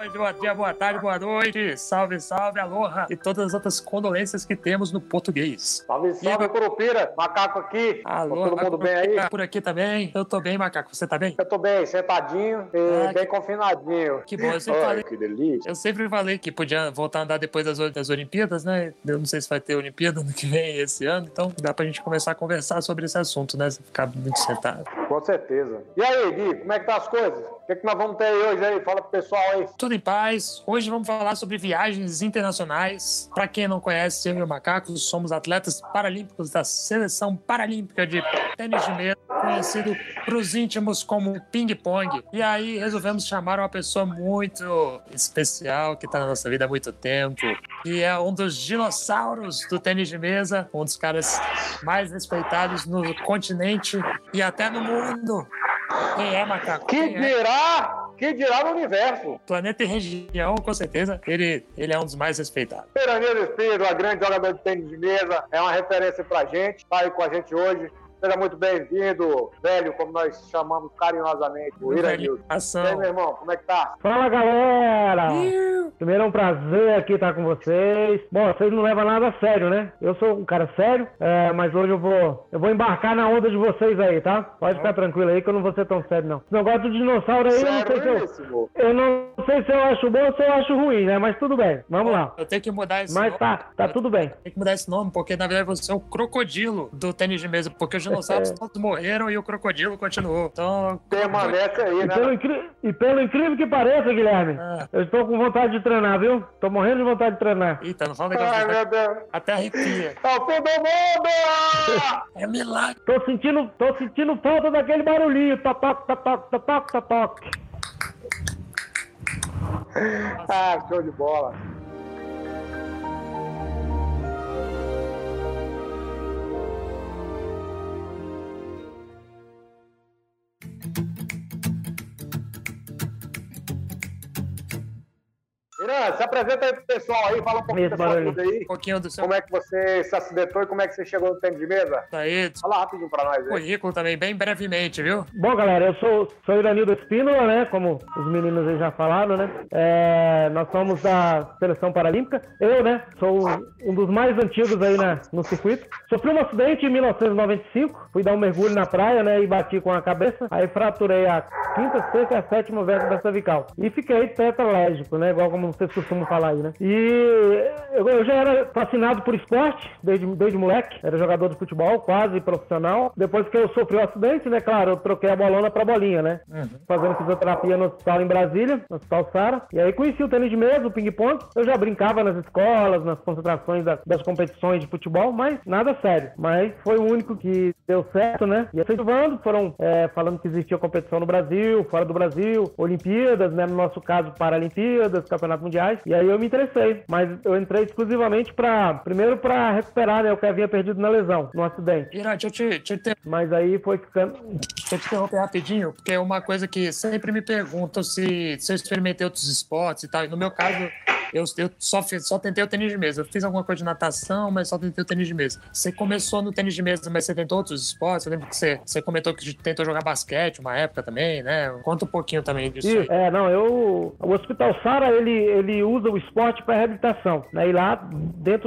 noite, bom dia, boa tarde, boa noite. Salve, salve, aloha e todas as outras condolências que temos no português. Salve, salve, Curupira. Macaco aqui. Alô, todo mundo bem aí? Por aqui também. Eu tô bem, Macaco. Você tá bem? Eu tô bem, sentadinho e bem confinadinho. Que bom, eu sempre falei. Que delícia. Eu sempre falei que podia voltar a andar depois das Olimpíadas, né? Eu não sei se vai ter Olimpíada no que vem esse ano, então dá pra gente começar a conversar sobre esse assunto, né? Se ficar muito sentado. Com certeza. E aí, Gui, como é que tá as coisas? O que nós vamos ter aí hoje aí? Fala pro pessoal aí. Tudo em paz. Hoje vamos falar sobre viagens internacionais. Pra quem não conhece, eu e o Macaco somos atletas paralímpicos da Seleção Paralímpica de Tênis de Mesa, conhecido pros íntimos como ping-pong. E aí resolvemos chamar uma pessoa muito especial que tá na nossa vida há muito tempo, que é um dos dinossauros do tênis de mesa, um dos caras mais respeitados no continente e até no mundo. Quem é, Macaco? Que dirá no universo? Planeta e região, com certeza. Ele é um dos mais respeitados. Peranildo Espírito, a grande jogador de tênis de mesa, é uma referência pra gente, tá aí com a gente hoje. Seja muito bem-vindo, velho, como nós chamamos carinhosamente, o Iranildo. E aí, meu irmão, como é que tá? Fala, galera! Primeiro é um prazer aqui estar com vocês. Bom, vocês não levam nada a sério, né? Eu sou um cara sério, mas hoje eu vou embarcar na onda de vocês aí, tá? Pode ficar tranquilo aí que eu não vou ser tão sério, não. Esse negócio do dinossauro aí, eu não sei se eu acho bom ou se eu acho ruim, né? Mas tudo bem, vamos lá. Eu tenho que mudar esse nome. Mas tá tudo bem. Tem que mudar esse nome, porque na verdade você é o crocodilo do tênis de mesa, porque os dinossauros todos morreram e o crocodilo continuou. Então, permanece aí, né? E pelo incrível que pareça, Guilherme, eu estou com vontade de treinar, viu? Tô morrendo de vontade de treinar. Eita, não fala negócio. Ai, meu Deus. Até arrepia. É o fim do mundo! É milagre. Tô sentindo falta daquele barulhinho. Totoc, totoc, totoc, totoc. Ah, show de bola. Irã, se apresenta aí pro pessoal aí, fala um pouquinho da sua vida aí. Um pouquinho do seu... Como é que você se acidentou e como é que você chegou no tênis de mesa? Tá aí. Fala rapidinho pra nós aí. Currículo também, bem brevemente, viu? Bom, galera, eu sou Iranildo Espínola, né? Como os meninos aí já falaram, né? Nós somos da Seleção Paralímpica. Eu, né? Sou um dos mais antigos aí no circuito. Sofri um acidente em 1995. Fui dar um mergulho na praia, né? E bati com a cabeça. Aí fraturei a quinta, sexta e a sétima vértebra cervical. E fiquei tetraplégico, né? Igual como vocês costumam falar aí, né? E eu já era fascinado por esporte, desde moleque. Era jogador de futebol, quase profissional. Depois que eu sofri o acidente, né? Claro, eu troquei a bolona pra bolinha, né? Fazendo fisioterapia no hospital em Brasília, no Hospital Sara. E aí conheci o tênis de mesa, o ping-pong. Eu já brincava nas escolas, nas concentrações das competições de futebol, mas nada sério. Mas foi o único que deu certo, né? E incentivando, foram falando que existia competição no Brasil, fora do Brasil, Olimpíadas, né? No nosso caso, Paralimpíadas, Campeonatos Mundiais. E aí eu me interessei. Mas eu entrei exclusivamente primeiro pra recuperar, né? O que havia perdido na lesão, no acidente. Irã, deixa eu te Mas aí foi ficando... Deixa eu te interromper rapidinho, porque é uma coisa que sempre me perguntam se eu experimentei outros esportes e tal. E no meu caso, eu só tentei o tênis de mesa. Eu fiz alguma coisa de natação, mas só tentei o tênis de mesa. Você começou no tênis de mesa, mas você tentou outros esportes? Eu lembro que você comentou que tentou jogar basquete uma época também, né? Conta um pouquinho também disso aí. O Hospital Sara, ele usa o esporte para reabilitação, né? E lá dentro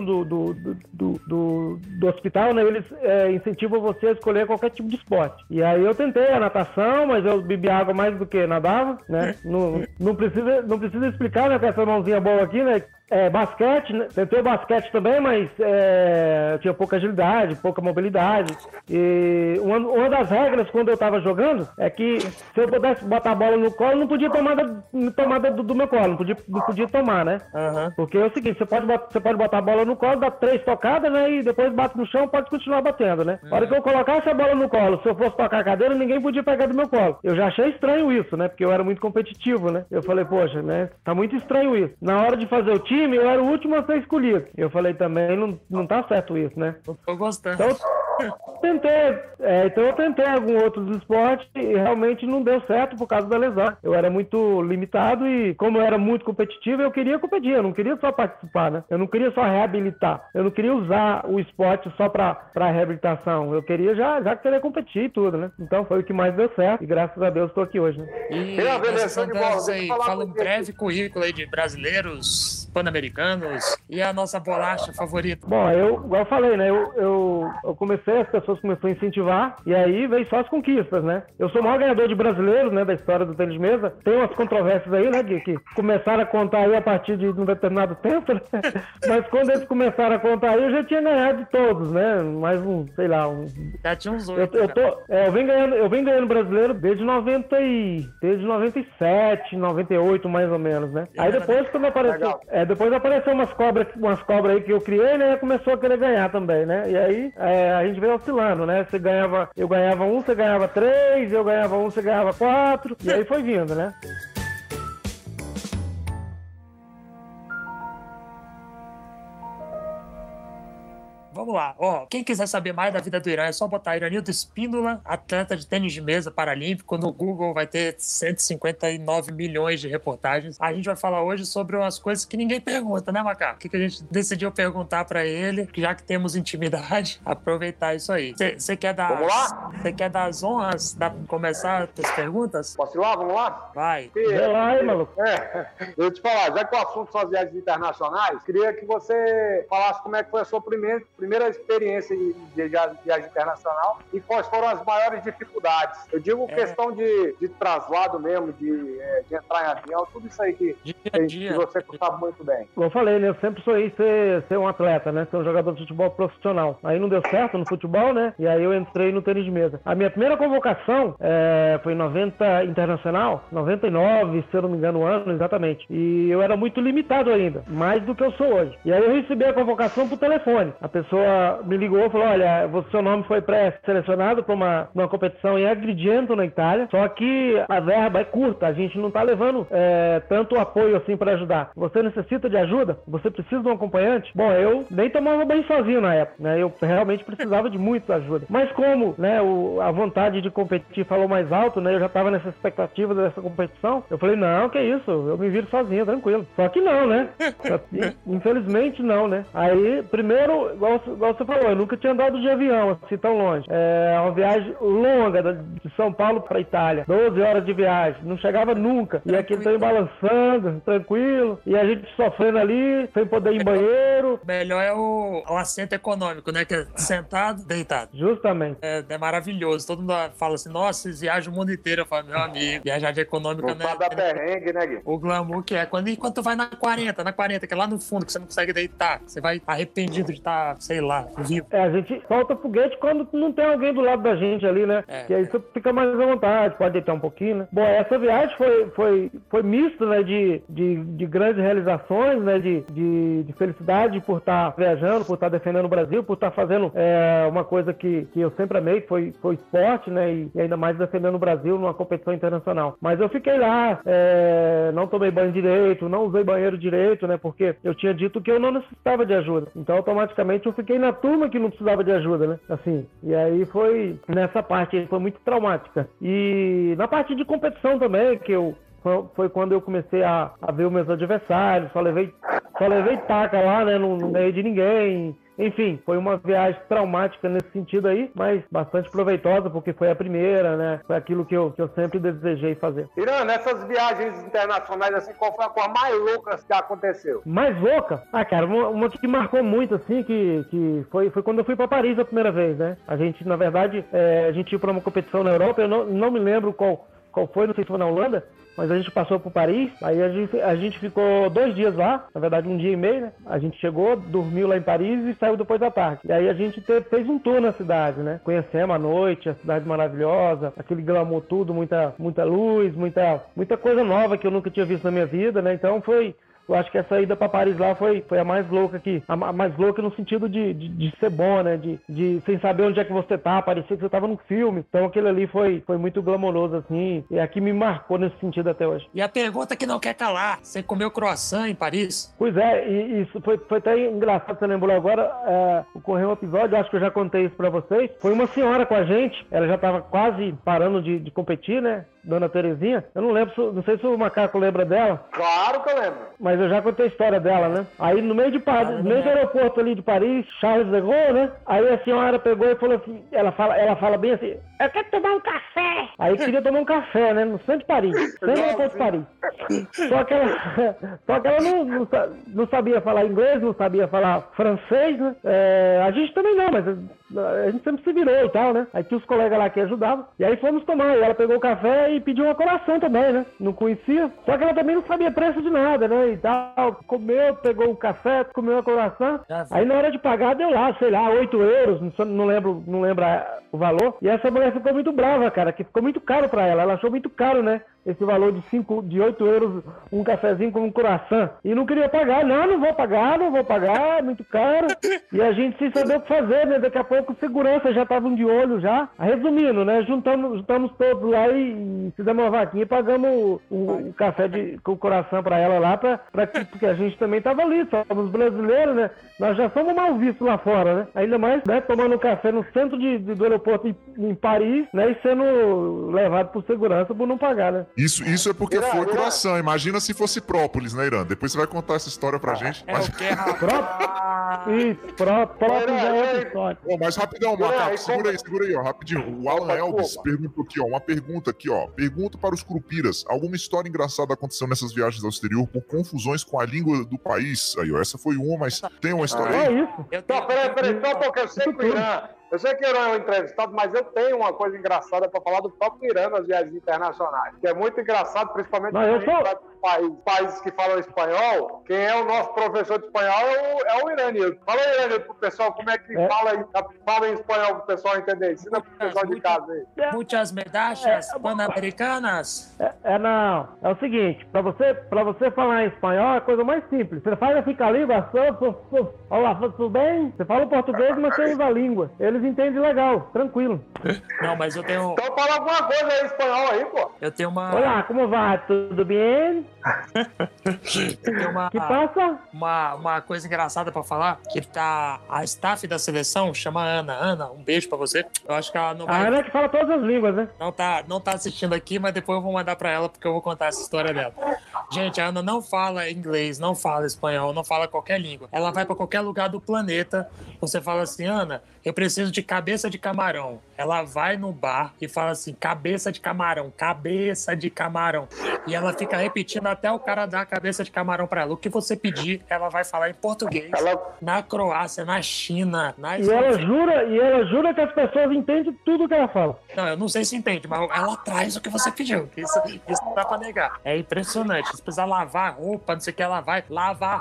do hospital, né, eles incentivam você a escolher qualquer tipo de esporte. E aí eu tentei a natação, mas eu bebi água mais do que nadava, né? Não precisa explicar, né, com essa mãozinha boa aqui, né? Basquete, né? Tentei o basquete também, mas tinha pouca agilidade, pouca mobilidade. E uma das regras quando eu tava jogando é que se eu pudesse botar a bola no colo, não podia tomar do meu colo, não podia tomar, né? Porque é o seguinte, você pode botar a bola no colo, dar 3 tocadas, né? E depois bate no chão, pode continuar batendo, né? Na hora que eu colocasse a bola no colo, se eu fosse tocar a cadeira, ninguém podia pegar do meu colo. Eu já achei estranho isso, né? Porque eu era muito competitivo, né? Eu falei, poxa, né? Tá muito estranho isso. Na hora de fazer o time, eu era o último a ser escolhido. Eu falei também, não tá certo isso, né? Eu tô gostando. Então, Então eu tentei alguns outros esportes e realmente não deu certo por causa da lesão. Eu era muito limitado e, como eu era muito competitivo, eu queria competir, eu não queria só participar, né? Eu não queria só reabilitar, eu não queria usar o esporte só para reabilitação, eu queria já querer competir e tudo, né? Então foi o que mais deu certo e graças a Deus estou aqui hoje, né? E fala um breve currículo aí de brasileiros, pan-americanos e a nossa bolacha favorita. Bom, igual eu falei, né? Eu comecei, as pessoas começaram a incentivar e aí veio só as conquistas, né? Eu sou o maior ganhador de brasileiros, né? Da história do tênis de mesa. Tem umas controvérsias aí, né? Que começaram a contar aí a partir de um determinado tempo, né? Mas quando eles começaram a contar aí, eu já tinha ganhado de todos, né? Mais sei lá. Já tinha uns 8. Eu venho ganhando brasileiro desde 97, 98, mais ou menos, né? Aí depois, quando apareceu... depois apareceu umas cobras aí que eu criei, né? Começou a querer ganhar também, né? E aí a gente veio oscilando, né? Eu ganhava um, você ganhava 3, eu ganhava um, você ganhava 4, e aí foi vindo, né? Vamos lá, quem quiser saber mais da vida do Irã é só botar Iranildo Espíndola, atleta de tênis de mesa paralímpico. No Google vai ter 159 milhões de reportagens. A gente vai falar hoje sobre umas coisas que ninguém pergunta, né, Macaco? O que a gente decidiu perguntar pra ele, já que temos intimidade, aproveitar isso aí. Você quer dar... Vamos lá? Você quer dar as honras, começar as perguntas? Posso ir lá? Vamos lá? Vai. Vai lá aí, maluco. Eu te falar, já que o assunto são as viagens internacionais, queria que você falasse como é que foi a sua primeira experiência de viagem internacional e quais foram as maiores dificuldades. Eu digo questão de traslado mesmo, de entrar em avião, tudo isso aí que você sabe muito bem. Como eu falei, né? Eu sempre sonhei ser um atleta, né? Ser um jogador de futebol profissional. Aí não deu certo no futebol, né? E aí eu entrei no tênis de mesa. A minha primeira convocação foi em 90 internacional, 99, se eu não me engano, o ano exatamente. E eu era muito limitado ainda, mais do que eu sou hoje. E aí eu recebi a convocação por telefone. A pessoa me ligou e falou: olha, seu nome foi pré-selecionado para uma competição em Agrigento, na Itália, só que a verba é curta, a gente não tá levando tanto apoio assim para ajudar. Você necessita de ajuda? Você precisa de um acompanhante? Bom, eu nem tomava banho sozinho na época, né? Eu realmente precisava de muita ajuda. Mas como, né, a vontade de competir falou mais alto, né? Eu já tava nessa expectativa dessa competição. Eu falei: não, que isso, eu me viro sozinho, tranquilo. Só que não, né? Infelizmente não, né? Aí, primeiro, igual você falou, eu nunca tinha andado de avião assim tão longe. É uma viagem longa de São Paulo para Itália, 12 horas de viagem, não chegava nunca. E aquele trem balançando, tranquilo, e a gente sofrendo ali, sem poder ir em banheiro. Melhor é o assento econômico, né? Que é sentado, deitado. Justamente. É maravilhoso. Todo mundo fala assim: nossa, vocês viajam o mundo inteiro. Eu falo: meu amigo, viajar de econômica, né? Não dá perrengue, né, Gui? O glamour que é. Enquanto tu vai na 40, que é lá no fundo, que você não consegue deitar, você vai arrependido de estar, sei lá, vivo. A gente solta foguete quando não tem alguém do lado da gente ali, né? Que aí você fica mais à vontade, pode deitar um pouquinho, né? Bom, essa viagem foi misto, né? De grandes realizações, né? De felicidade por estar viajando, por estar defendendo o Brasil, por estar fazendo uma coisa que eu sempre amei, que foi esporte, né? E ainda mais defendendo o Brasil numa competição internacional. Mas eu fiquei lá, não tomei banho direito, não usei banheiro direito, né? Porque eu tinha dito que eu não necessitava de ajuda. Então, automaticamente, eu fiquei na turma que não precisava de ajuda, né? Assim, e aí nessa parte aí foi muito traumática. E na parte de competição também, foi quando eu comecei a ver os meus adversários, só levei taca lá, né? Não ganhei de ninguém. Enfim, foi uma viagem traumática nesse sentido aí, mas bastante proveitosa, porque foi a primeira, né? Foi aquilo que eu sempre desejei fazer. Irã, nessas viagens internacionais, assim, qual foi a coisa mais louca que aconteceu? Mais louca? Cara, uma que marcou muito, assim, que foi quando eu fui pra Paris a primeira vez, né? A gente, na verdade, a gente ia pra uma competição na Europa, eu não me lembro qual foi, não sei se foi na Holanda, mas a gente passou por Paris, aí a gente ficou 2 dias lá, na verdade 1 dia e meio, né? A gente chegou, dormiu lá em Paris e saiu depois da tarde. E aí a gente fez um tour na cidade, né? Conhecemos a noite, a cidade maravilhosa, aquele glamour tudo, muita luz, muita coisa nova que eu nunca tinha visto na minha vida, né? Então foi eu acho que essa ida pra Paris lá foi a mais louca aqui. A mais louca no sentido de ser bom, né? De sem saber onde é que você tá, parecia que você tava num filme. Então aquele ali foi muito glamouroso, assim, e aqui me marcou nesse sentido até hoje. E a pergunta que não quer calar, você comeu croissant em Paris? Pois é, e isso foi até engraçado, você lembrou agora, ocorreu um episódio, acho que eu já contei isso pra vocês, foi uma senhora com a gente, ela já tava quase parando de competir, né? Dona Terezinha, eu não lembro, não sei se o Macaco lembra dela. Claro que eu lembro. Mas eu já contei a história dela, né? Aí no meio de Paris, no meio do aeroporto ali de Paris, Charles de Gaulle, né? Aí a senhora pegou e falou assim, ela fala bem assim, eu quero tomar um café. Aí queria tomar um café, né? No centro de Paris, centro do aeroporto de Paris. Só que ela não sabia falar inglês, não sabia falar francês, né? A gente também não, mas a gente sempre se virou e tal, né? Aí tinha os colegas lá que ajudavam. E aí fomos tomar. E ela pegou o café e pediu uma coração também, né? Não conhecia. Só que ela também não sabia preço de nada, né? E tal. Comeu, pegou o café, comeu a coração. Aí na hora de pagar deu lá, sei lá, 8 euros. Não lembro o valor. E essa mulher ficou muito brava, cara, que ficou muito caro pra ela. Ela achou muito caro, né? Esse valor de 8 euros, um cafezinho com um coração. E não queria pagar. Não vou pagar, é muito caro. E a gente sem saber o que fazer, né? Daqui a pouco segurança já estavam de olho já. Resumindo, né? Juntamos todos lá e fizemos uma vaquinha e pagamos o café com o coração pra ela lá, porque a gente também tava ali, somos brasileiros, né? Nós já somos mal vistos lá fora, né? Ainda mais, né? Tomando café no centro do aeroporto em Paris, né? E sendo levado por segurança por não pagar, né? Isso é porque foi coração. Imagina se fosse própolis, né, Irã? Depois você vai contar essa história pra gente. Mas... Própolis é outra história. Mas rapidão, Macaco, segura aí, ó, rapidinho. O Alan Elvis perguntou aqui, ó, uma pergunta aqui, ó. Pergunta para os Curupiras, alguma história engraçada aconteceu nessas viagens ao exterior por confusões com a língua do país? Aí, ó, essa foi uma, mas tem uma história aí? É isso. Peraí, só porque eu sei que o Irã... Eu sei que o Irã é um entrevistado, mas eu tenho uma coisa engraçada para falar do próprio Irã nas viagens internacionais, que é muito engraçado, principalmente países que falam espanhol. Quem é o nosso professor de espanhol é o Iranildo. Fala aí, Iranildo, pro pessoal, como é que fala em espanhol pro pessoal entender. Ensina pro pessoal de casa aí. Muitas medalhas pan-americanas. Não. É o seguinte, pra você falar em espanhol é a coisa mais simples. Você faz a fica língua, olá, tudo bem? Você fala o português, mas você usa a língua. Eles entendem legal, tranquilo. Não, mas eu tenho... Então fala alguma coisa aí em espanhol aí, pô. Eu tenho uma... Olá, como vai? Tudo bem? Eu tenho uma... Que passa? Uma coisa engraçada pra falar, que tá... A staff da seleção chama Ana. Ana, um beijo pra você. Eu acho que ela não vai... A Ana que fala todas as línguas, né? Não tá assistindo aqui, mas depois eu vou mandar pra ela, porque eu vou contar essa história dela. Gente, a Ana não fala inglês, não fala espanhol, não fala qualquer língua. Ela vai pra qualquer lugar do planeta. Você fala assim, Ana, eu preciso de cabeça de camarão. Ela vai no bar e fala assim, cabeça de camarão, cabeça de camarão. E ela fica repetindo até o cara dar a cabeça de camarão pra ela. O que você pedir, ela vai falar em português. Na Croácia, na China, na Eslovênia. E ela jura que as pessoas entendem tudo que ela fala. Não, eu não sei se entende, mas ela traz o que você pediu. Isso não dá pra negar. É impressionante. Se precisar lavar roupa, não sei o que, ela vai lavar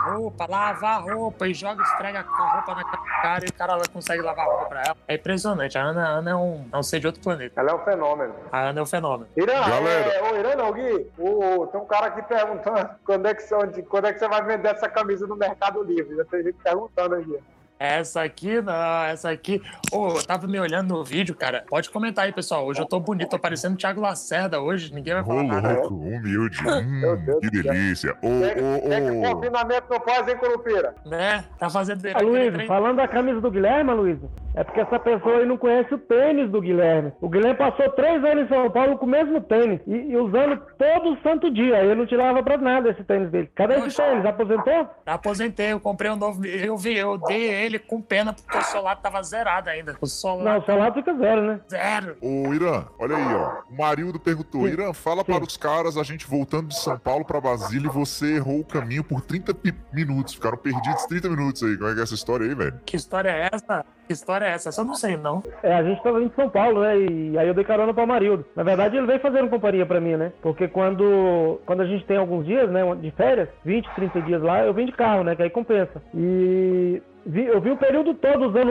roupa e joga, esfrega a roupa na cara e o cara ela consegue lavar roupa pra ela. É impressionante. A Ana é um ser de outro planeta. Ela é um fenômeno. A Ana é um fenômeno. Irã, Irã não, Gui. Tem um cara aqui perguntando quando é que você vai vender essa camisa no Mercado Livre. Já tem gente perguntando aqui. Essa aqui não, essa aqui... eu tava me olhando no vídeo, cara. Pode comentar aí, pessoal. Hoje eu tô bonito, tô parecendo o Thiago Lacerda hoje. Ninguém vai falar nada. Louco, humilde. Que delícia. Que o confinamento não faz, hein, Curupira? Né? Tá fazendo... Luiz, falando da camisa do Guilherme, Luiz, é porque essa pessoa aí não conhece o tênis do Guilherme. O Guilherme passou 3 anos em São Paulo com o mesmo tênis e usando todo o santo dia. Ele não tirava pra nada esse tênis dele. Cadê esse tênis? Aposentou? Aposentei, eu comprei um novo. Eu dei ele com pena porque o solado tava zerado ainda. O solado fica zero, né? Zero. Ô, Irã, olha aí, ó. O Marildo perguntou: Irã, fala para os caras, a gente voltando de São Paulo pra Brasília e você errou o caminho por 30 minutos. Ficaram perdidos 30 minutos aí. Como é que é essa história aí, velho? Que história é essa? Que história é essa? Essa eu não sei, não. A gente tava indo de São Paulo, né? E aí eu dei carona pra Marildo. Na verdade, ele veio fazendo companhia pra mim, né? Porque quando a gente tem alguns dias, né? De férias, 20, 30 dias lá, eu venho de carro, né? Que aí compensa. E eu vi o período todo usando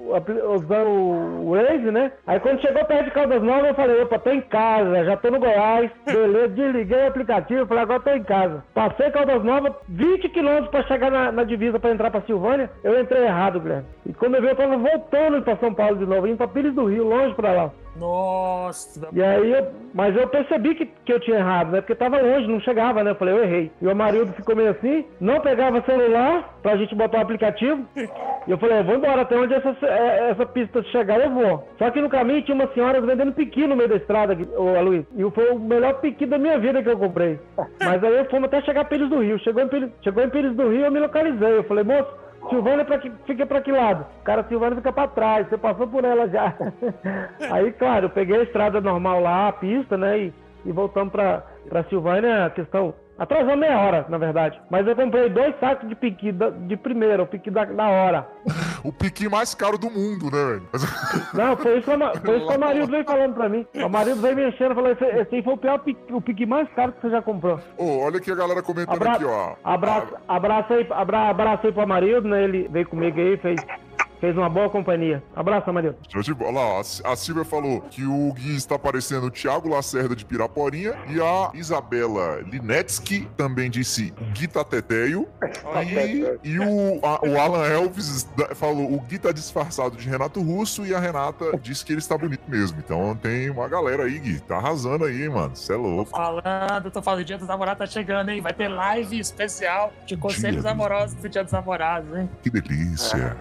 o Waze, né? Aí quando chegou perto de Caldas Novas, eu falei, opa, tô em casa, já tô no Goiás, beleza, desliguei o aplicativo, falei, agora tô em casa. Passei Caldas Novas, 20 quilômetros pra chegar na divisa pra entrar pra Silvânia, eu entrei errado, Guilherme. E quando eu vi, eu tava voltando pra São Paulo de novo, indo pra Pires do Rio, longe pra lá. Nossa! E aí, mas eu percebi que eu tinha errado, né? Porque tava longe, não chegava, né? Eu falei, eu errei. E o Amarildo ficou meio assim, não pegava celular pra gente botar o aplicativo. E eu falei, eu vou embora, até onde essa pista chegar eu vou. Só que no caminho tinha umas senhoras vendendo piqui no meio da estrada, ô Aloysio. E foi o melhor piqui da minha vida que eu comprei. Mas aí fomos até chegar a Pires do Rio. Chegou em Pires do Rio, eu me localizei. Eu falei, moço, Silvânia fica pra que lado? Cara, Silvânia fica pra trás, você passou por ela já. Aí, claro, eu peguei a estrada normal lá, a pista, né? E voltamos pra Silvânia, a questão... Atrasou meia hora, na verdade. Mas eu comprei 2 sacos de piqui de primeira, o piqui da hora. O piqui mais caro do mundo, né, velho? Não, foi isso que o Amarildo veio falando pra mim. O Amarildo veio me enchendo e falou, esse aí foi o piqui mais caro que você já comprou. Olha aqui a galera comentando aqui, ó. Abraço aí pro Amarildo, né? Ele veio comigo aí, fez uma boa companhia. Abraço, Amarildo. Olha lá, a Silvia falou que o Gui está parecendo o Thiago Lacerda de Piraporinha e a Isabela Linetsky também disse Gui tá teteio. E o Alan Elvis falou o Gui tá disfarçado de Renato Russo e a Renata disse que ele está bonito mesmo. Então tem uma galera aí, Gui. Tá arrasando aí, mano. Cê é louco. Tô falando, o Dia dos Namorados tá chegando, hein? Vai ter live especial de conselhos amorosos do Dia dos Namorados, hein? Que delícia.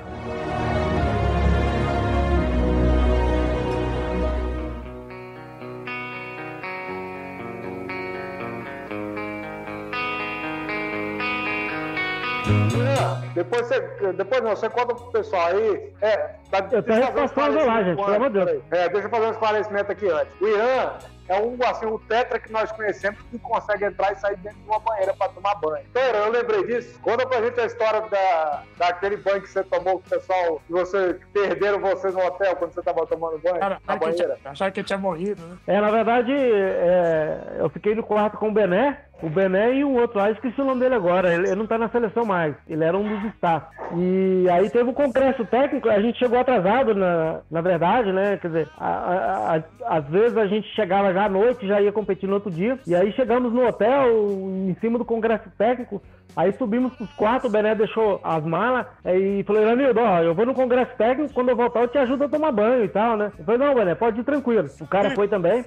Depois você conta pro pessoal aí. Eu tenho resposta lá, gente, pelo amor de Deus. Deixa eu fazer um esclarecimento aqui antes. O Irã é um tetra que nós conhecemos que consegue entrar e sair dentro de uma banheira pra tomar banho. Então, eu lembrei disso. Conta pra gente a história daquele banho que você tomou com o pessoal, que perderam você no hotel quando você tava tomando banho, na banheira. Acharam que eu tinha morrido, né? Na verdade, eu fiquei no quarto com o Bené e um outro lá, esqueci o nome dele agora, ele não tá na seleção mais, ele era um dos staff. E aí teve um congresso técnico, a gente chegou atrasado, na verdade, né, quer dizer, às vezes a gente chegava já à noite, já ia competir no outro dia, e aí chegamos no hotel, em cima do congresso técnico, aí subimos pros quartos, o Bené deixou as malas e falou, Iranildo, eu vou no congresso técnico, quando eu voltar eu te ajudo a tomar banho e tal, né? Eu falei, não, Bené, pode ir tranquilo. O cara foi também.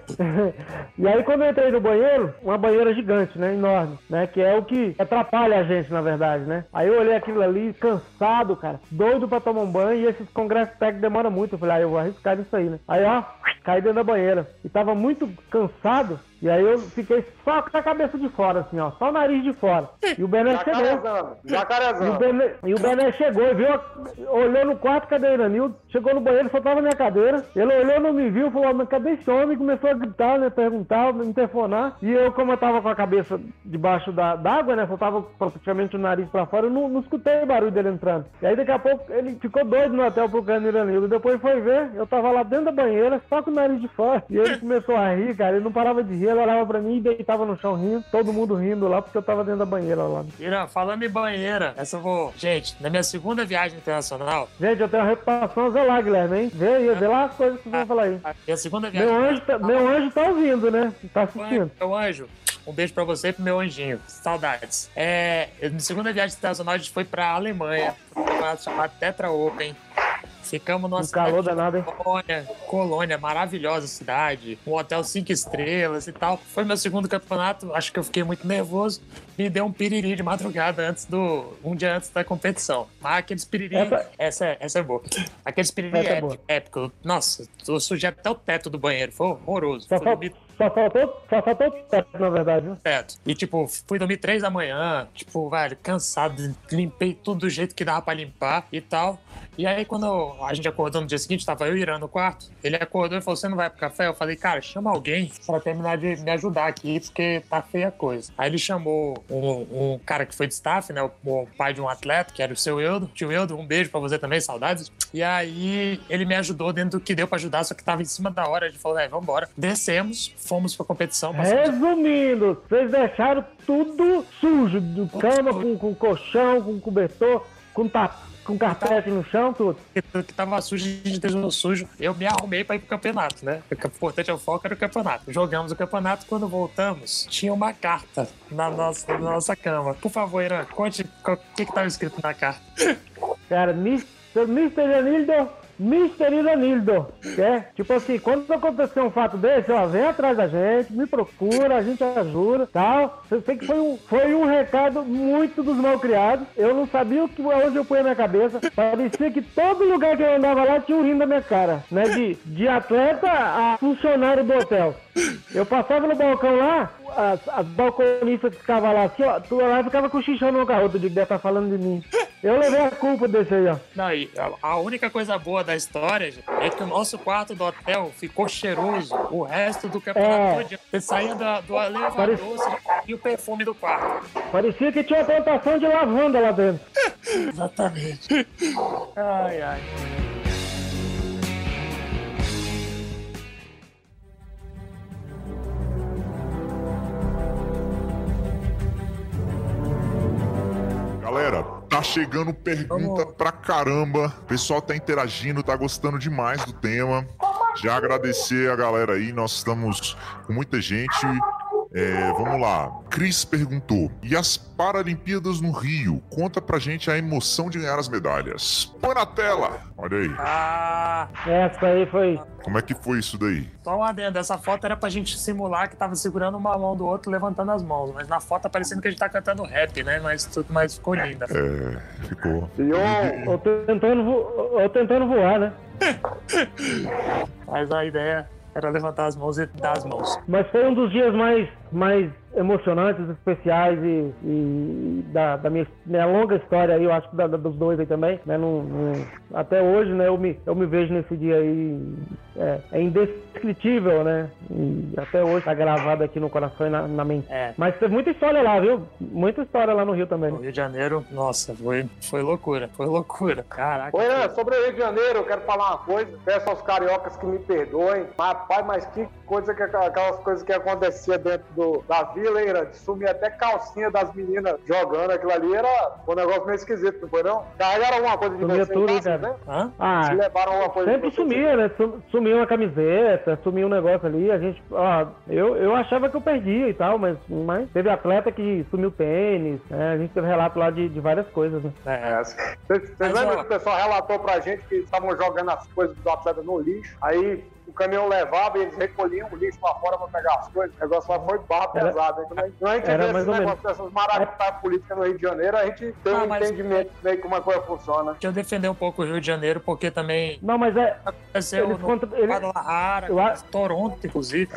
E aí quando eu entrei no banheiro, uma banheira gigante, né? Enorme, né? Que é o que atrapalha a gente, na verdade, né? Aí eu olhei aquilo ali, cansado, cara, doido pra tomar um banho, e esses congressos técnicos demoram muito. Eu falei, eu vou arriscar nisso aí, né? Aí, caí dentro da banheira. E tava muito cansado. E aí eu fiquei só com a cabeça de fora, assim, só o nariz de fora. E o Bené chegou. Jacarezão. E o Bené chegou e olhou no quarto, cadê o Iranildo? Chegou no banheiro, só tava na minha cadeira. Ele olhou, não me viu, falou, mas cadê esse homem? Começou a gritar, né, perguntar, interfonar. E eu, como eu tava com a cabeça debaixo d'água, né, só tava praticamente o nariz pra fora, eu não escutei o barulho dele entrando. E aí daqui a pouco ele ficou doido no hotel procurando o Iranildo. Depois foi ver, eu tava lá dentro da banheira, só com o nariz de fora. E ele começou a rir, cara, ele não parava de rir. Ele olhava pra mim e deitava no chão rindo, todo mundo rindo lá, porque eu tava dentro da banheira lá. Irã, falando em banheira, essa eu vou... Gente, na minha segunda viagem internacional... Gente, eu tenho uma reputação a zelar, Guilherme, hein? Vê lá as coisas que você vai falar aí. Minha segunda viagem... Meu anjo tá ouvindo, né? Tá assistindo. Meu anjo, um beijo pra você e pro meu anjinho. Saudades. Na segunda viagem internacional, a gente foi pra Alemanha, pra um campeonato chamado Tetra Open. Ficamos numa calor danado, hein? Colônia, maravilhosa cidade, um hotel 5 estrelas e tal. Foi meu segundo campeonato, acho que eu fiquei muito nervoso. Me deu um piriri de madrugada um dia antes da competição. Mas aqueles piriri... Essa é boa. Aqueles piriri épico. Nossa, eu sujei até o teto do banheiro, foi horroroso. Só faltou o teto, na verdade, né? Teto. E, fui dormir 3 da manhã, velho, cansado, limpei tudo do jeito que dava pra limpar e tal. E aí, quando a gente acordou no dia seguinte, tava eu e o Irã no quarto, ele acordou e falou, você não vai pro café? Eu falei, cara, chama alguém pra terminar de me ajudar aqui, porque tá feia a coisa. Aí ele chamou um cara que foi de staff, né, o pai de um atleta, que era o seu Eudo, tio Eudo, um beijo pra você também, saudades. E aí, ele me ajudou dentro do que deu pra ajudar, só que tava em cima da hora, a gente falou, vambora. Descemos, fomos pra competição. Resumindo, vocês deixaram tudo sujo, cama com colchão, com cobertor, com com carpete no chão, tudo. Que tava sujo, a gente deixou sujo. Eu me arrumei pra ir pro campeonato, né? O importante é o foco, era o campeonato. Jogamos o campeonato, quando voltamos, tinha uma carta na nossa cama. Por favor, Irã, conte o que tava escrito na carta. Cara, Mr. Iranildo, tipo assim, quando acontecer um fato desse, ó, vem atrás da gente, me procura, a gente ajuda, tal. Eu sei que foi um recado muito dos malcriados. Eu não sabia onde eu punha minha cabeça. Parecia que todo lugar que eu andava lá tinha um rindo na minha cara, né? De atleta a funcionário do hotel. Eu passava no balcão lá, as balconistas que ficavam lá assim, ó, tu lá ficava cochichando no carro, tu deve estar falando de mim. Eu levei a culpa desse aí, ó. Não, e a única coisa boa da história, gente, é que o nosso quarto do hotel ficou cheiroso o resto do campeonato todo. Você saía do elevador e o perfume do quarto. Parecia que tinha uma plantação de lavanda lá dentro. Exatamente. Ai, ai. Galera, tá chegando pergunta pra caramba. O pessoal tá interagindo, tá gostando demais do tema. Já agradecer a galera aí, nós estamos com muita gente. Vamos lá. Cris perguntou: e as Paralimpíadas no Rio? Conta pra gente a emoção de ganhar as medalhas. Põe na tela! Olha aí. Essa aí foi... Como é que foi isso daí? Só um adendo, essa foto era pra gente simular que tava segurando uma mão do outro, levantando as mãos. Mas na foto tá parecendo que a gente tá cantando rap, né? Mas ficou linda. Ficou. Ou tentando voar, né? Mas a ideia era levantar as mãos e dar as mãos. Mas foi um dos dias mais emocionantes, especiais e da minha longa história aí, eu acho que dos dois aí também, né? Até hoje, né, eu me vejo nesse dia aí, é indescritível, né? E até hoje tá gravado aqui no coração e na mente. Mas teve muita história lá, viu? Muita história lá no Rio também. No Rio de Janeiro, nossa, foi loucura, Caraca. Oi, sobre o Rio de Janeiro, eu quero falar uma coisa, peço aos cariocas que me perdoem, rapaz, mas que coisa aquelas coisas que acontecia dentro da vila, hein, de sumir até calcinha das meninas jogando aquilo ali, era um negócio meio esquisito, não foi não? Carregaram alguma coisa de sumia vocês, tudo, cara. Né? Se levaram alguma coisa sempre de vocês, sumia, né? Sumia uma camiseta, sumia um negócio ali, a gente, eu achava que eu perdia e tal, mas teve atleta que sumiu tênis, né? A gente teve relato lá de várias coisas, né? Vocês lembram que o pessoal relatou pra gente que estavam jogando as coisas do atleta no lixo, aí o caminhão levava e eles recolhiam o lixo lá fora pra pegar as coisas. O negócio lá foi barra pesado. Então a gente vê esse negócio dessas maracutaias políticas no Rio de Janeiro, a gente tem um entendimento meio como a coisa funciona. Deixa eu defender um pouco o Rio de Janeiro, porque também... Não, mas aconteceu no Guadalajara, Toronto, inclusive.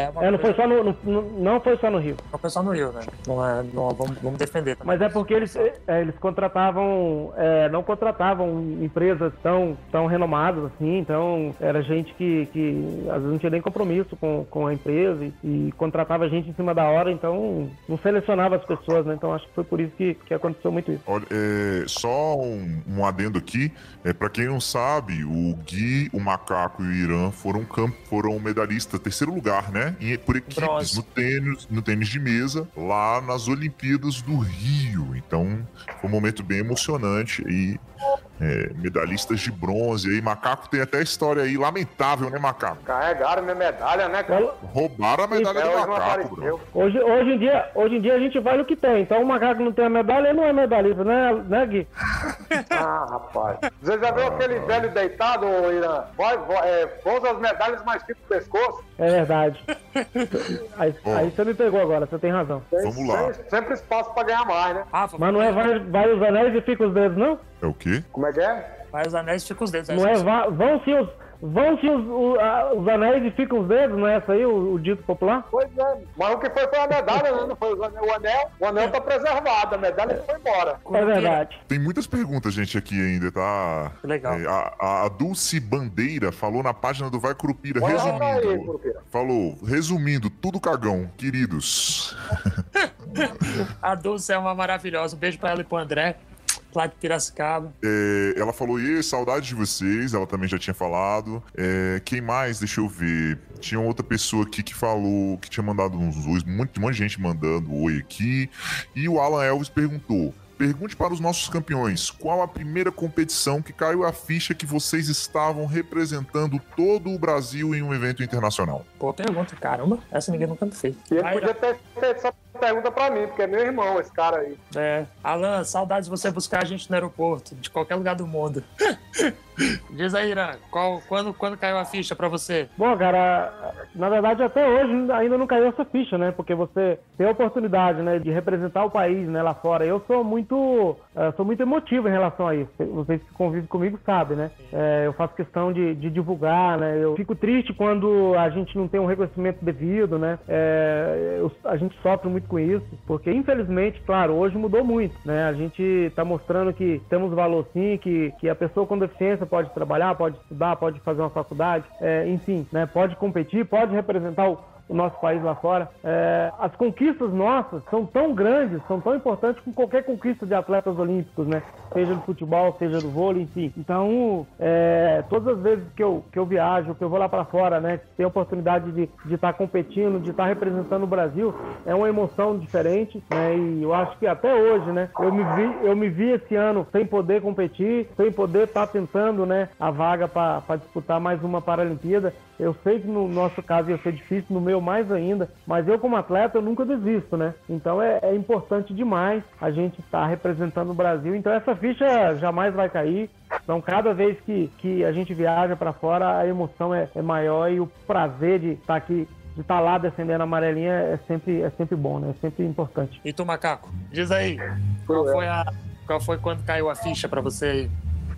Não foi só no Rio. Não foi só no Rio, né? Vamos defender também. Mas é porque eles contratavam... não contratavam empresas tão renomadas assim, então era gente que às vezes não tinha nem compromisso com a empresa e contratava gente em cima da hora, então não selecionava as pessoas, né? Então acho que foi por isso que aconteceu muito isso. Olha, só um adendo aqui, pra quem não sabe, o Gui, o Macaco e o Irã foram medalhistas, terceiro lugar, né? Por equipes no tênis de mesa, lá nas Olimpíadas do Rio. Então foi um momento bem emocionante e medalhistas de bronze aí. Macaco tem até história aí lamentável, né, Macaco? Carregaram minha medalha, né, cara? Roubaram a medalha do Macaco, bro. Hoje em dia a gente vai no que tem. Então o Macaco não tem a medalha, ele não é medalhista, né, Gui? Rapaz. Você já viu aquele velho deitado, Irã? Pousa as medalhas, mas fica o pescoço. É verdade. Aí você me pegou agora, você tem razão. Vamos lá. Sempre espaço pra ganhar mais, né? Mas não é vai os anéis e fica os dedos, não? É o quê? Como é que é? Vai os anéis e fica os dedos. Não vão-se os anéis e ficam os dedos, não é essa aí o dito popular? Pois é, mas o que foi a medalha, né? Não foi o anel. O anel tá preservado, a medalha foi embora. É verdade. Tem muitas perguntas, gente, aqui ainda, tá? Legal. A Dulce Bandeira falou na página do Vai Curupira, resumindo, tudo cagão, queridos. A Dulce é uma maravilhosa. Um beijo pra ela e pro André, lá de Piracicaba. Ela falou, saudade de vocês, ela também já tinha falado. Quem mais? Deixa eu ver. Tinha outra pessoa aqui que falou, que tinha mandado uns ois, um monte de gente mandando oi aqui. E o Alan Elvis perguntou, pergunte para os nossos campeões, qual a primeira competição que caiu a ficha que vocês estavam representando todo o Brasil em um evento internacional? Boa pergunta, caramba. Essa ninguém nunca me fez. E ele podia ter feito essa pergunta pra mim, porque é meu irmão, esse cara aí. Alan, saudades de você buscar a gente no aeroporto, de qualquer lugar do mundo. Diz aí, Irã, quando caiu a ficha pra você? Bom, cara, na verdade até hoje ainda não caiu essa ficha, né? Porque você tem a oportunidade, né, de representar o país, né, lá fora. Eu sou muito emotivo em relação a isso. Vocês que convivem comigo sabem, né? Eu faço questão de divulgar, né? Eu fico triste quando a gente não tem um reconhecimento devido, né? A gente sofre muito com isso, porque infelizmente, claro, hoje mudou muito, né? A gente está mostrando que temos valor sim, que a pessoa com deficiência pode trabalhar, pode estudar, pode fazer uma faculdade, enfim, né? Pode competir, pode representar o nosso país lá fora. As conquistas nossas são tão grandes, são tão importantes como qualquer conquista de atletas olímpicos, né? Seja do futebol, seja do vôlei, enfim. Então, todas as vezes que eu viajo, que eu vou lá para fora, né? Ter a oportunidade de estar competindo, de estar representando o Brasil, é uma emoção diferente, né? E eu acho que até hoje, né? Eu me vi esse ano sem poder competir, sem poder estar tentando, né? A vaga para disputar mais uma Paralimpíada. Eu sei que no nosso caso ia ser difícil, no meu mais ainda, mas eu como atleta eu nunca desisto, né? Então é importante demais a gente estar representando o Brasil. Então essa ficha jamais vai cair. Então cada vez que a gente viaja para fora, a emoção é maior e o prazer de estar aqui, de estar lá defendendo a amarelinha é sempre bom, né? É sempre importante. E tu, Macaco? Diz aí, qual foi quando caiu a ficha para você aí?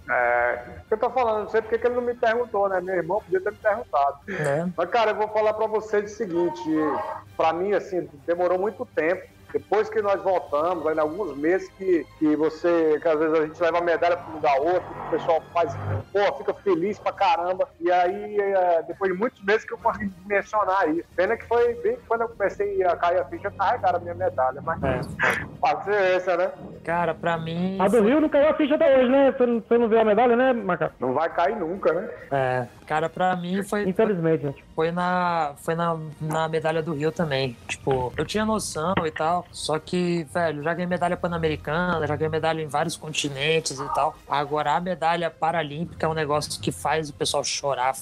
Eu tô falando, não sei porque que ele não me perguntou, né? Meu irmão podia ter me perguntado. Mas, cara, eu vou falar pra vocês o seguinte: pra mim, assim, demorou muito tempo. Depois que nós voltamos, ainda alguns meses que às vezes a gente leva a medalha para um lugar outro, o pessoal fica feliz pra caramba. E aí, depois de muitos meses que eu consegui mencionar isso. Pena que foi bem quando eu comecei a cair a ficha, carregaram a minha medalha. Mas paciência, né? Cara, pra mim... A do Rio não caiu a ficha até hoje, né? Você não viu a medalha, né, Macaco? Não vai cair nunca, né? Cara, pra mim foi... Infelizmente, gente. Foi na medalha do Rio também. Tipo, eu tinha noção e tal, só que, velho, já ganhei medalha pan-americana, já ganhei medalha em vários continentes e tal. Agora, a medalha paralímpica é um negócio que faz o pessoal chorar,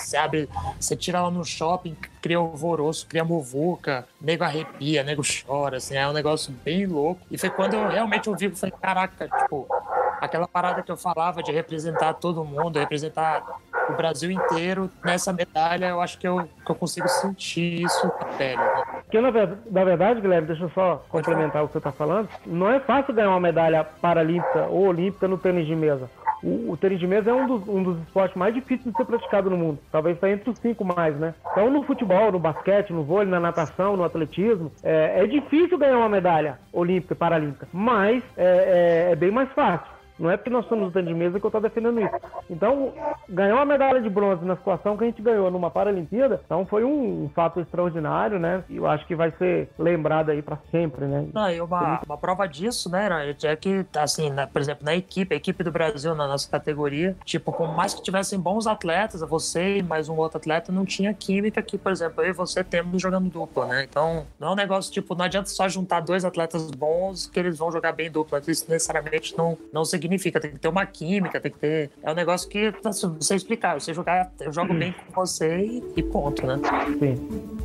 você tira lá no shopping, cria alvoroço, cria muvuca, nego arrepia, nego chora, assim, é um negócio bem louco. E foi quando eu realmente ouvi, falei, caraca, tipo, aquela parada que eu falava de representar todo mundo, representar o Brasil inteiro nessa medalha, eu acho que eu consigo sentir isso na pele, né? Porque, na verdade, Guilherme, deixa eu só complementar o que você está falando, não é fácil ganhar uma medalha paralímpica ou olímpica no tênis de mesa. O tênis de mesa é um dos esportes mais difíceis de ser praticado no mundo. Talvez está entre os 5 mais, né? Então, no futebol, no basquete, no vôlei, na natação, no atletismo, é difícil ganhar uma medalha olímpica e paralímpica, mas é bem mais fácil. Não é porque nós somos no tênis de mesa que eu estou defendendo isso. Então, ganhar uma medalha de bronze na situação que a gente ganhou numa Paralimpíada, então foi um fato extraordinário, né? E eu acho que vai ser lembrado aí para sempre, né? E uma prova disso, né, é que, assim, por exemplo, a equipe do Brasil, na nossa categoria, tipo, por mais que tivessem bons atletas, você e mais um outro atleta, não tinha química que, por exemplo, eu e você temos jogando dupla, né? Então, não é um negócio, tipo, não adianta só juntar 2 atletas bons que eles vão jogar bem dupla. Isso necessariamente não significa, tem que ter uma química, tem que ter... É um negócio que, se você explicar, eu jogo bem com você e ponto, né? Sim.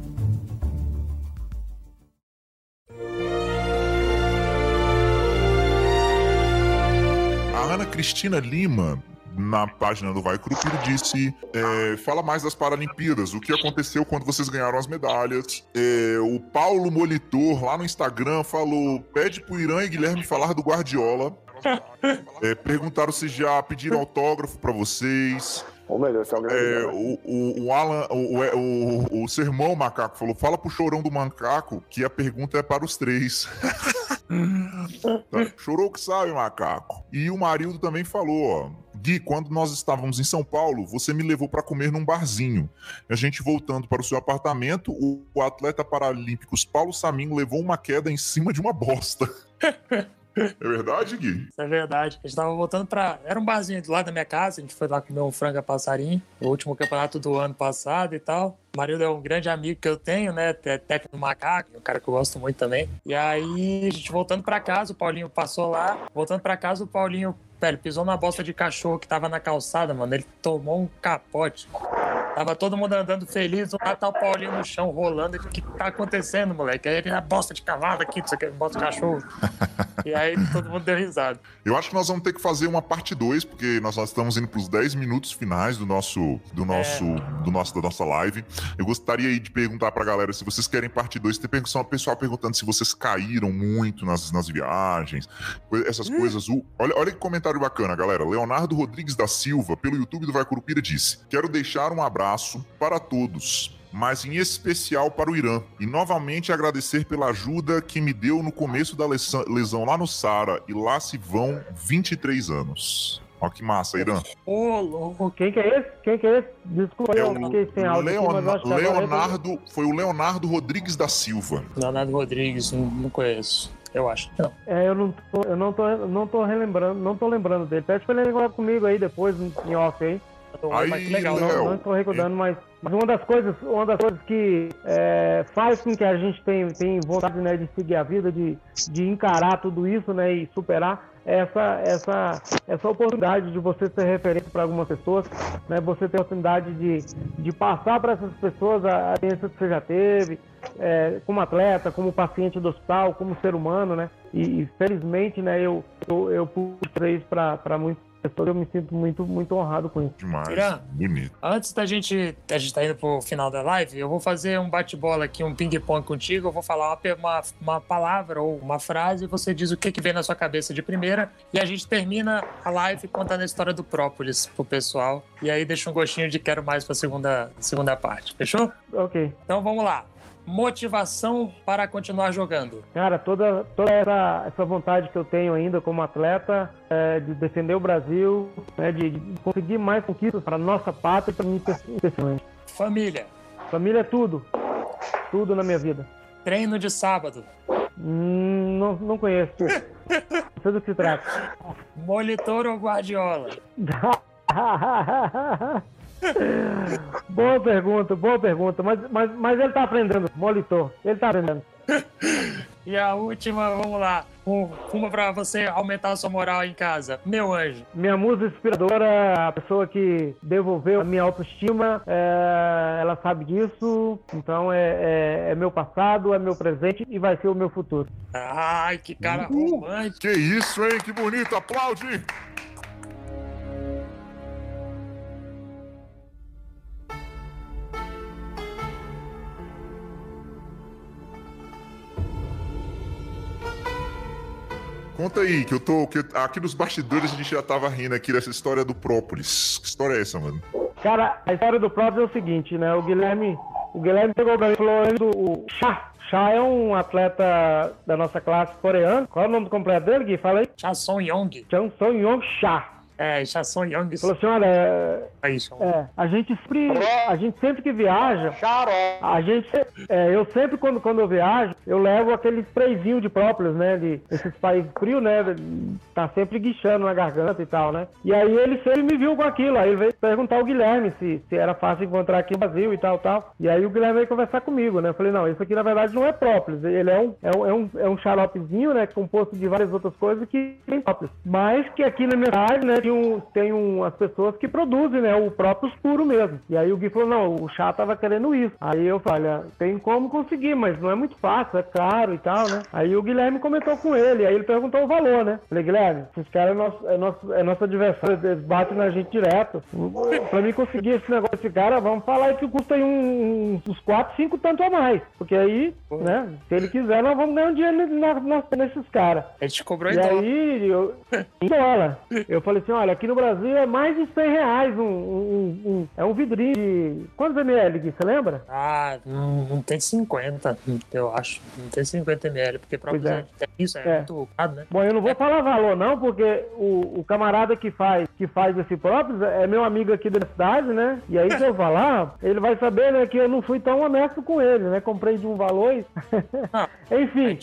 A Ana Cristina Lima, na página do Vai Cruzeiro, disse: fala mais das Paralimpíadas, o que aconteceu quando vocês ganharam as medalhas. O Paulo Molitor, lá no Instagram, falou: pede pro Irã e Guilherme falar do Guardiola. Perguntaram se já pediram autógrafo pra vocês. O Alan, o seu irmão Macaco falou: fala pro Chorão do Macaco que a pergunta é para os 3. Tá. Chorou que sabe, Macaco. E o Marildo também falou, ó: Gui, quando nós estávamos em São Paulo, você me levou para comer num barzinho. A gente voltando para o seu apartamento, o atleta paralímpico Paulo Saminho levou uma queda em cima de uma bosta. É verdade, Gui? Isso é verdade. A gente tava voltando pra... Era um barzinho do lado da minha casa, a gente foi lá comer um frango a passarinho, o último campeonato do ano passado e tal. O Marildo é um grande amigo que eu tenho, né? É técnico do Macaco, um cara que eu gosto muito também. E aí, a gente voltando pra casa, o Paulinho passou lá. Voltando pra casa, o Paulinho, velho, pisou na bosta de cachorro que tava na calçada, mano. Ele tomou um capote. Tava todo mundo andando feliz, o Natal Paulinho no chão rolando. O que tá acontecendo, moleque? Aí ele a bosta de cavalo aqui, isso aqui é bosta de cachorro. E aí todo mundo deu risada. Eu acho que nós vamos ter que fazer uma parte 2, porque nós estamos indo pros 10 minutos finais da nossa live. Eu gostaria aí de perguntar pra galera se vocês querem parte 2. Tem o pessoal perguntando se vocês caíram muito nas viagens, essas coisas. Olha que comentário bacana, galera. Leonardo Rodrigues da Silva, pelo YouTube do Vai Curupira, disse: quero deixar um abraço para todos, mas em especial para o Irã, e novamente agradecer pela ajuda que me deu no começo da lesão lá no Saara, e lá se vão 23 anos. Ó que massa, Irã. Ô, louco. Quem que é esse? Desculpa, eu fiquei sem áudio. Foi o Leonardo Rodrigues da Silva. Leonardo Rodrigues, não conheço. Eu acho. Não. Eu não tô lembrando dele. Pede pra ele lembrar comigo aí depois, em off aí. Aí, legal, não estou recordando, mas uma das coisas que faz com que a gente tenha vontade, né, de seguir a vida, de encarar tudo isso, né, e superar essa oportunidade de você ser referência para algumas pessoas, né, você ter a oportunidade de passar para essas pessoas a experiência que você já teve, como atleta, como paciente do hospital, como ser humano, né, e felizmente, né, eu puxei isso para muitos. Eu me sinto muito, muito honrado com isso. Demais, Irã, bonito. Antes a gente tá indo pro final da live, eu vou fazer um bate-bola aqui, um ping-pong contigo. Eu vou falar uma palavra ou uma frase e você diz o que vem na sua cabeça de primeira. E a gente termina a live contando a história do Própolis pro pessoal. E aí deixa um gostinho de quero mais pra segunda parte. Fechou? Ok. Então vamos lá. Motivação para continuar jogando. Cara, toda essa vontade que eu tenho ainda como atleta de defender o Brasil, né, de conseguir mais conquistas para a nossa pátria e para mim pessoalmente. Família. Família é tudo na minha vida. Treino de sábado. Não conheço. Não sei do que se trata. Molitor ou Guardiola? Boa pergunta, mas ele tá aprendendo, Molitor, ele tá aprendendo. E a última, vamos lá, uma pra você aumentar a sua moral em casa. Meu anjo. Minha musa inspiradora, a pessoa que devolveu a minha autoestima, ela sabe disso, então é meu passado, é meu presente e vai ser o meu futuro. Ai, que cara romântico. Que isso, hein? Que bonito, aplaude! Conta aí, que aqui nos bastidores a gente já tava rindo aqui dessa história do Própolis. Que história é essa, mano? Cara, a história do Própolis é o seguinte, né? O Guilherme pegou pra mim e falou o Cha é um atleta da nossa classe coreano. Qual é o nome completo dele, Gui? Fala aí. Cha Song-yong. Cha Song-yong Cha. Cha Song-yong. Falou assim, olha, a gente sempre que viaja, eu sempre quando eu viajo, eu levo aquele sprayzinho de própolis, né, esses países frios, né, tá sempre guichando na garganta e tal, né, e aí ele sempre me viu com aquilo, aí ele veio perguntar ao Guilherme se era fácil encontrar aqui no Brasil e tal, e aí o Guilherme veio conversar comigo, né, eu falei, não, isso aqui na verdade não é própolis, ele é um xaropezinho, né, composto de várias outras coisas que tem própolis, mas que aqui na minha cidade, né, tem as pessoas que produzem, né, o próprio puro mesmo. E aí o Gui falou, não, o Chá tava querendo isso. Aí eu falei, olha, tem como conseguir, mas não é muito fácil, é caro e tal, né? Aí o Guilherme comentou com ele, aí ele perguntou o valor, né? Falei, Guilherme, esses caras é nosso adversário, eles batem na gente direto. Pra mim conseguir esse negócio desse cara, vamos falar que custa aí uns 4, 5 tanto a mais. Porque aí, né, se ele quiser, nós vamos ganhar um dinheiro nesses caras. Ele te cobrou em dólar. E aí, em dólar. Eu falei assim, olha, aqui no Brasil é mais de 100 reais é um vidrinho de... Quantos ml, Gui, você lembra? Ah, não tem 50, eu acho. Não tem 50 ml, porque próprio isso é muito caro, né? Bom, eu não vou falar valor não, porque o camarada que faz esse próprio é meu amigo aqui da cidade, né? E aí se eu falar, ele vai saber, né, que eu não fui tão honesto com ele, né? Comprei de um valor e... Enfim,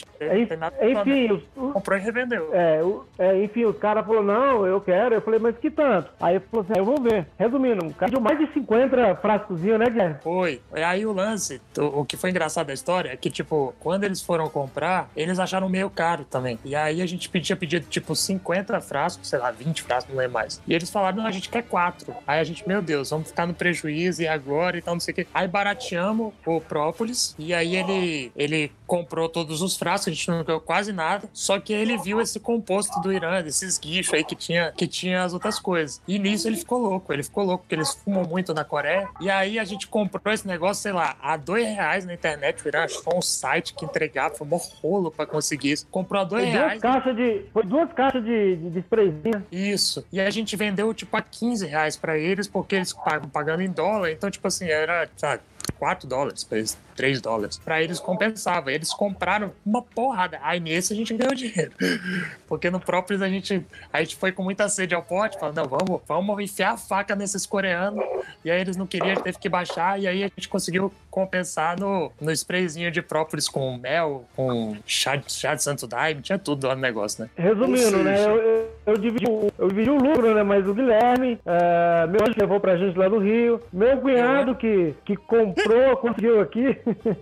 comprou e revendeu. Enfim, o cara falou, não, eu quero. Eu falei, mas que tanto? Aí ele falou assim, eu vou ver. Resumindo, o cara deu mais de 50 frascozinhos, né, Guilherme? Foi. Aí o lance, o que foi engraçado da história é que, tipo, quando eles foram comprar, eles acharam meio caro também. E aí a gente tinha pedido, tipo, 50 frascos, sei lá, 20 frascos, não lembro mais. E eles falaram, não, a gente quer 4. Aí a gente, meu Deus, vamos ficar no prejuízo e agora e tal, não sei o quê. Aí barateamos o própolis e aí ele comprou todos os frascos, a gente não ganhou quase nada, só que ele viu esse composto do Irã, desses guichos aí que tinha as outras coisas. E nisso ele ficou louco, porque eles fumam muito na Coreia. E aí a gente comprou esse negócio, sei lá, a R$2 na internet. O Irã achou um site que entregava, foi um rolo pra conseguir isso. Comprou a R$2. Foi 2 caixas de sprayzinho. Isso. E a gente vendeu, tipo, a R$15 pra eles, porque eles pagando em dólar. Então, tipo assim, era, sabe, $4 pra eles, $3. Pra eles compensava. Eles compraram uma porrada. Aí nesse a gente ganhou dinheiro. Porque no próprio a gente foi com muita sede ao pote, falando, não, vamos enfiar a faca nesses coreanos. E aí eles não queriam, a gente teve que baixar. E aí a gente conseguiu compensar no sprayzinho de própolis com mel, com chá de santo daime, tinha tudo lá no negócio, né? Resumindo, né? Eu dividi o lucro, né? Mas o Guilherme, meu anjo levou pra gente lá do Rio. Meu cunhado que comprou, conseguiu aqui.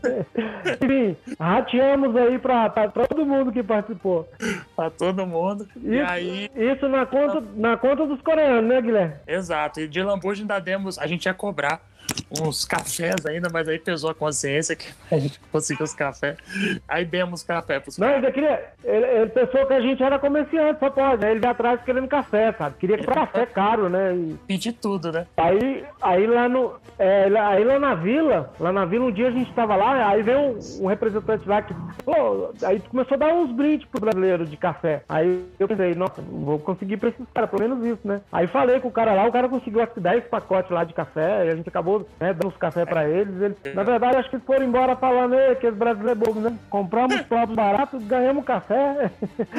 Enfim, rateamos aí pra todo mundo que participou. Pra todo mundo. Isso na conta dos coreanos, né, Guilherme? Exato. E de lambuja ainda demos, a gente ia cobrar uns cafés ainda, mas aí pesou a consciência que a gente conseguiu os cafés. Aí demos café pros caras. Não, ele pensou que a gente era comerciante, só pode, né? Ele veio atrás querendo café, sabe? Queria comprar café caro, né? Pedir tudo, né? Aí lá na vila um dia a gente tava lá, aí veio um representante lá que, aí começou a dar uns brindes pro brasileiro de café. Aí eu pensei, nossa, vou conseguir pra esses caras, pelo menos isso, né? Aí falei com o cara lá, o cara conseguiu acho que 10 pacotes lá de café, e a gente acabou, né, dando os café pra eles. Na verdade, acho que eles foram embora falando que os brasileiros bobos, né? Compramos próprios baratos, ganhamos café.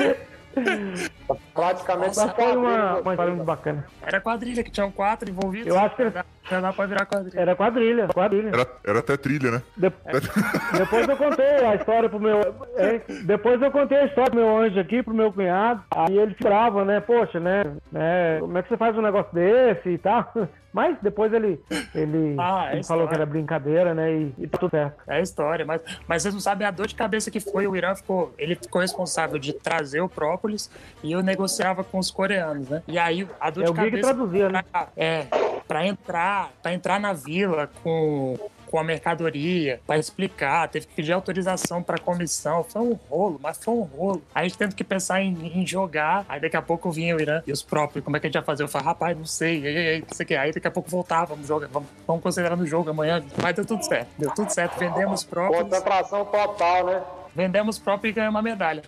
Praticamente foi uma história muito bacana. Era quadrilha, que tinham 4 envolvidos. Eu acho que já dá pra virar quadrilha. Era quadrilha. Era até trilha, né? Depois eu contei a história pro meu... Depois eu contei a história pro meu anjo aqui, pro meu cunhado. Aí ele ficava, né? Poxa, né? Como é que você faz um negócio desse e tal? Mas depois ele falou que era brincadeira, né? E tá tudo certo. É a história, mas vocês não sabem a dor de cabeça que foi. O Irã ficou responsável de trazer o própolis e eu negociava com os coreanos, né? E aí a dor de cabeça... que traduzia, né? Pra entrar na vila com a mercadoria, pra explicar, teve que pedir autorização pra comissão, foi um rolo, mas foi um rolo. Aí a gente teve que pensar em jogar, aí daqui a pouco vinha o Irã e os próprios, como é que a gente ia fazer? Eu falei, rapaz, não sei, não sei o que. Aí daqui a pouco voltava, vamos jogar, vamos considerar no jogo amanhã, mas deu tudo certo, vendemos próprios. Concentração total, né? Vendemos próprio e ganhamos uma medalha.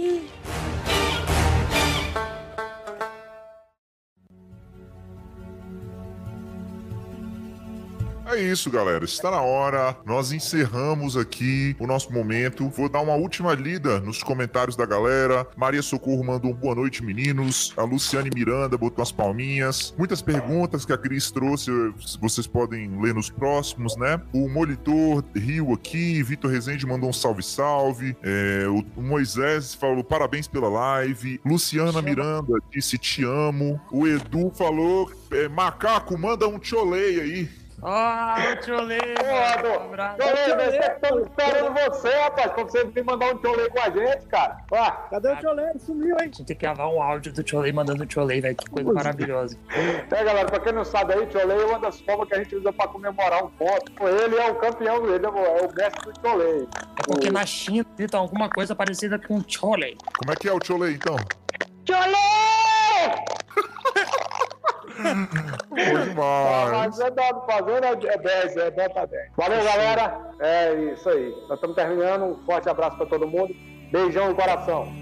É isso, galera. Está na hora. Nós encerramos aqui o nosso momento. Vou dar uma última lida nos comentários da galera. Maria Socorro mandou um boa noite, meninos. A Luciane Miranda botou as palminhas. Muitas perguntas que a Cris trouxe, vocês podem ler nos próximos, né? O Molitor Rio aqui. Vitor Rezende mandou um salve. O Moisés falou parabéns pela live. Luciana Miranda disse te amo. O Edu falou macaco, manda um tcholei aí. O Tcholei! Tcholei, estamos esperando você, rapaz, quando você vir mandar um Tcholei com a gente, cara. Cadê o Tcholei? Sumiu, hein? A gente tem que gravar um áudio do Tcholei mandando o Tcholei, velho, que coisa maravilhosa. Galera, pra quem não sabe aí, Tcholei é uma das formas que a gente usa pra comemorar um ponto. Ele é o campeão dele, é o mestre do Tcholei. É porque na China tem alguma coisa parecida com Tcholei. Como é que é o Tcholei, então? Tcholei! Foi demais. Mas é dado fazendo, é 10, é nota 10. Valeu, galera. É isso aí. Nós estamos terminando. Um forte abraço pra todo mundo. Beijão no coração.